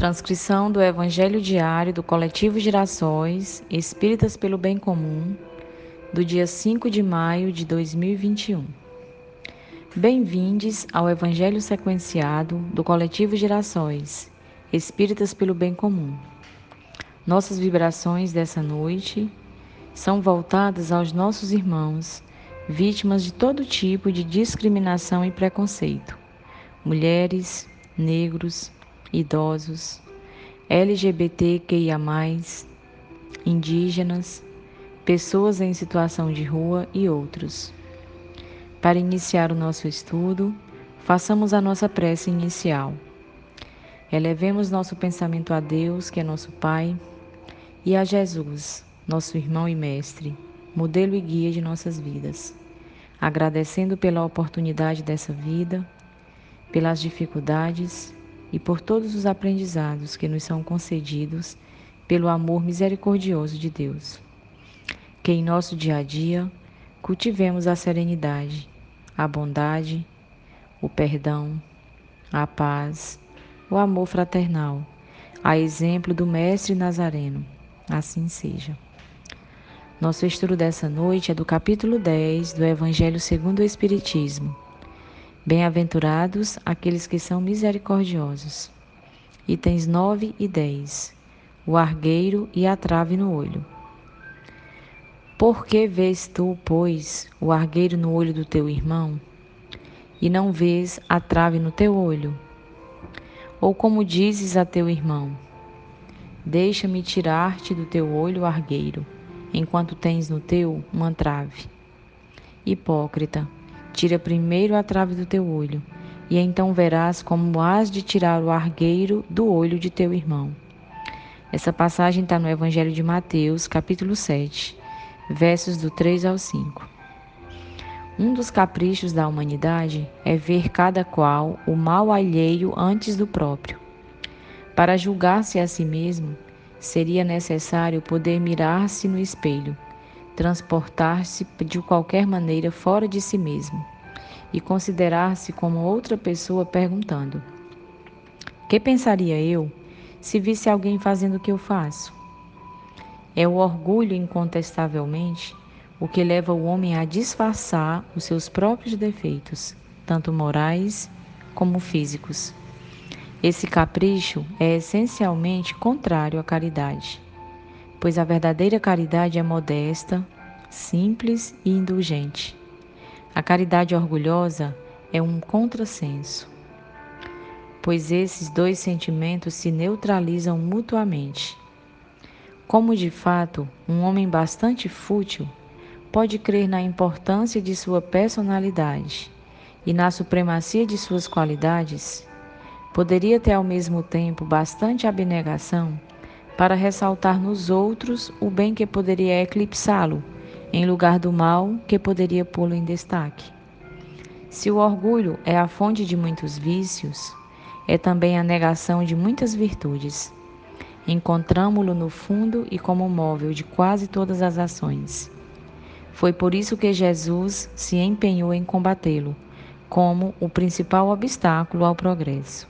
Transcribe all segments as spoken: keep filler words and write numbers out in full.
Transcrição do Evangelho Diário do Coletivo Girassóis Espíritas pelo Bem Comum, do dia cinco de maio de dois mil e vinte e um. Bem-vindes ao Evangelho sequenciado do Coletivo Girassóis Espíritas pelo Bem Comum. Nossas vibrações dessa noite são voltadas aos nossos irmãos, vítimas de todo tipo de discriminação e preconceito: mulheres, negros, idosos, L G B T Q I A mais, indígenas, pessoas em situação de rua e outros. Para iniciar o nosso estudo, façamos a nossa prece inicial. Elevemos nosso pensamento a Deus, que é nosso Pai, e a Jesus, nosso irmão e mestre, modelo e guia de nossas vidas, agradecendo pela oportunidade dessa vida, pelas dificuldades e por todos os aprendizados que nos são concedidos pelo amor misericordioso de Deus. Que em nosso dia a dia cultivemos a serenidade, a bondade, o perdão, a paz, o amor fraternal, a exemplo do Mestre Nazareno. Assim seja. Nosso estudo dessa noite é do capítulo dez do Evangelho segundo o Espiritismo. Bem-aventurados aqueles que são misericordiosos. Itens nove e dez. O argueiro e a trave no olho. Por que vês tu, pois, o argueiro no olho do teu irmão, e não vês a trave no teu olho? Ou como dizes a teu irmão: deixa-me tirar-te do teu olho o argueiro, enquanto tens no teu uma trave? Hipócrita, tira primeiro a trave do teu olho, e então verás como hás de tirar o argueiro do olho de teu irmão. Essa passagem está no Evangelho de Mateus, capítulo sete, versos do três ao cinco. Um dos caprichos da humanidade é ver cada qual o mal alheio antes do próprio. Para julgar-se a si mesmo, seria necessário poder mirar-se no espelho, transportar-se de qualquer maneira fora de si mesmo e considerar-se como outra pessoa, perguntando: que pensaria eu se visse alguém fazendo o que eu faço? É o orgulho, incontestavelmente, o que leva o homem a disfarçar os seus próprios defeitos, tanto morais como físicos. Esse capricho é essencialmente contrário à caridade, pois a verdadeira caridade é modesta, simples e indulgente. A caridade orgulhosa é um contrassenso, pois esses dois sentimentos se neutralizam mutuamente. Como de fato, um homem bastante fútil pode crer na importância de sua personalidade e na supremacia de suas qualidades, poderia ter ao mesmo tempo bastante abnegação para ressaltar nos outros o bem que poderia eclipsá-lo, em lugar do mal que poderia pô-lo em destaque. Se o orgulho é a fonte de muitos vícios, é também a negação de muitas virtudes. Encontramo-lo no fundo e como móvel de quase todas as ações. Foi por isso que Jesus se empenhou em combatê-lo, como o principal obstáculo ao progresso.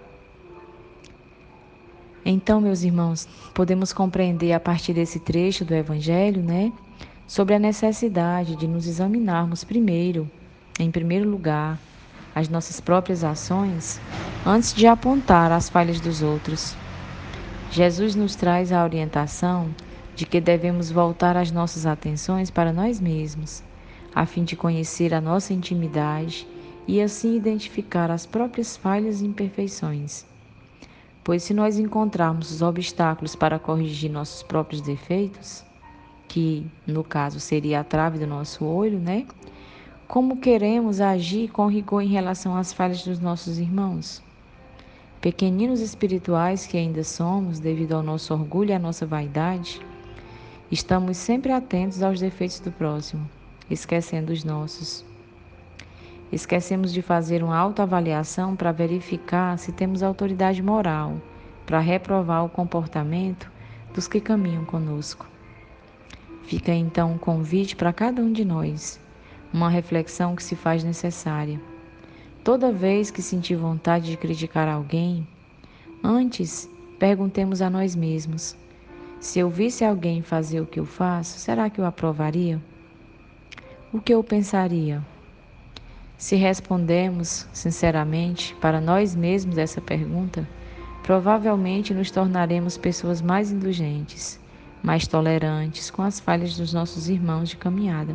Então, meus irmãos, podemos compreender a partir desse trecho do Evangelho, né, sobre a necessidade de nos examinarmos primeiro, em primeiro lugar, as nossas próprias ações, antes de apontar as falhas dos outros. Jesus nos traz a orientação de que devemos voltar as nossas atenções para nós mesmos, a fim de conhecer a nossa intimidade e assim identificar as próprias falhas e imperfeições. Pois se nós encontrarmos os obstáculos para corrigir nossos próprios defeitos, que no caso seria a trave do nosso olho, né? Como queremos agir com rigor em relação às falhas dos nossos irmãos? Pequeninos espirituais que ainda somos, devido ao nosso orgulho e à nossa vaidade, estamos sempre atentos aos defeitos do próximo, esquecendo os nossos. Esquecemos de fazer uma autoavaliação para verificar se temos autoridade moral para reprovar o comportamento dos que caminham conosco. Fica então um convite para cada um de nós, uma reflexão que se faz necessária. Toda vez que sentir vontade de criticar alguém, antes perguntemos a nós mesmos: se eu visse alguém fazer o que eu faço, será que eu aprovaria? O que eu pensaria? Se respondermos sinceramente para nós mesmos essa pergunta, provavelmente nos tornaremos pessoas mais indulgentes, mais tolerantes com as falhas dos nossos irmãos de caminhada.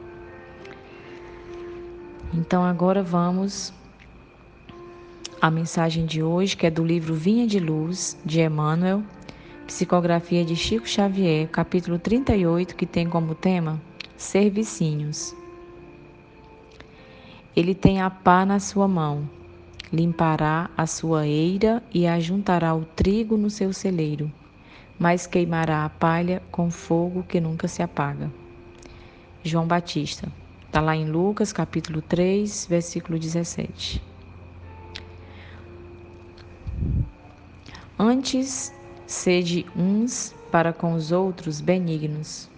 Então agora vamos à mensagem de hoje, que é do livro Vinha de Luz, de Emmanuel, psicografia de Chico Xavier, capítulo trinta e oito, que tem como tema Servicinhos. Ele tem a pá na sua mão, limpará a sua eira e ajuntará o trigo no seu celeiro, mas queimará a palha com fogo que nunca se apaga. João Batista. Está lá em Lucas, capítulo três, versículo dezessete. Antes, sede uns para com os outros benignos.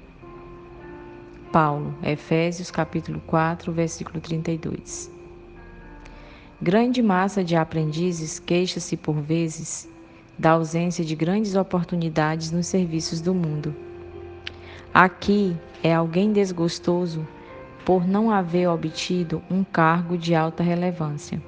Paulo, Efésios, capítulo quatro, versículo trinta e dois. Grande massa de aprendizes queixa-se por vezes da ausência de grandes oportunidades nos serviços do mundo. Aqui é alguém desgostoso por não haver obtido um cargo de alta relevância.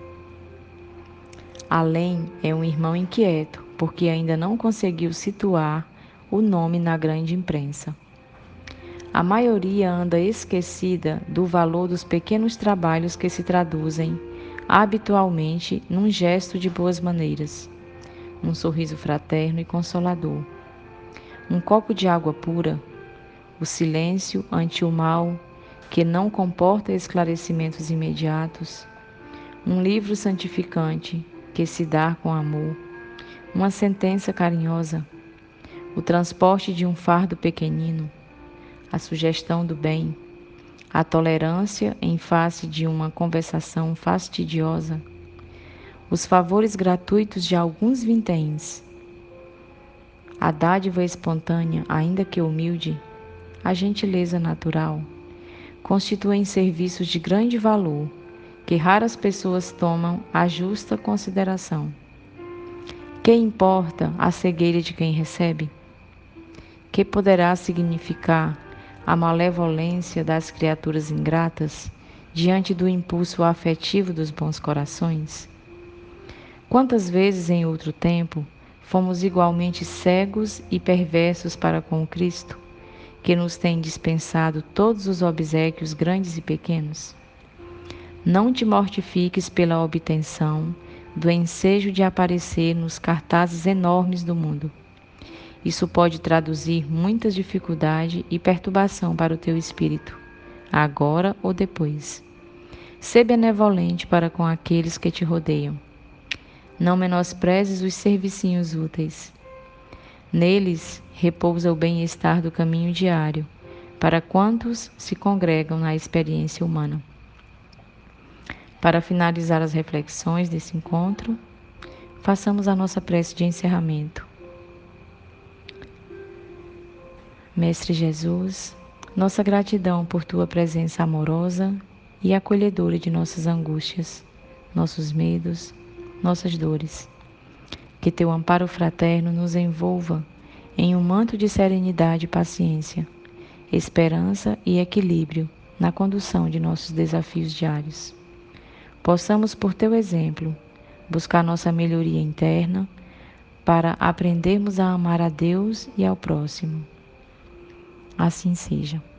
Além, é um irmão inquieto, porque ainda não conseguiu situar o nome na grande imprensa. A maioria anda esquecida do valor dos pequenos trabalhos que se traduzem, habitualmente, num gesto de boas maneiras, um sorriso fraterno e consolador, um copo de água pura, o silêncio ante o mal que não comporta esclarecimentos imediatos, um livro santificante que se dá com amor, uma sentença carinhosa, o transporte de um fardo pequenino, a sugestão do bem, a tolerância em face de uma conversação fastidiosa, os favores gratuitos de alguns vinténs, a dádiva espontânea, ainda que humilde, a gentileza natural, constituem serviços de grande valor que raras pessoas tomam a justa consideração. Que importa a cegueira de quem recebe? Que poderá significar a malevolência das criaturas ingratas diante do impulso afetivo dos bons corações? Quantas vezes em outro tempo fomos igualmente cegos e perversos para com o Cristo, que nos tem dispensado todos os obséquios grandes e pequenos? Não te mortifiques pela obtenção do ensejo de aparecer nos cartazes enormes do mundo. Isso pode traduzir muita dificuldade e perturbação para o teu espírito, agora ou depois. Sê benevolente para com aqueles que te rodeiam. Não menosprezes os servicinhos úteis. Neles repousa o bem-estar do caminho diário, para quantos se congregam na experiência humana. Para finalizar as reflexões desse encontro, façamos a nossa prece de encerramento. Mestre Jesus, nossa gratidão por Tua presença amorosa e acolhedora de nossas angústias, nossos medos, nossas dores. Que Teu amparo fraterno nos envolva em um manto de serenidade e paciência, esperança e equilíbrio na condução de nossos desafios diários. Possamos, por Teu exemplo, buscar nossa melhoria interna para aprendermos a amar a Deus e ao próximo. Assim seja.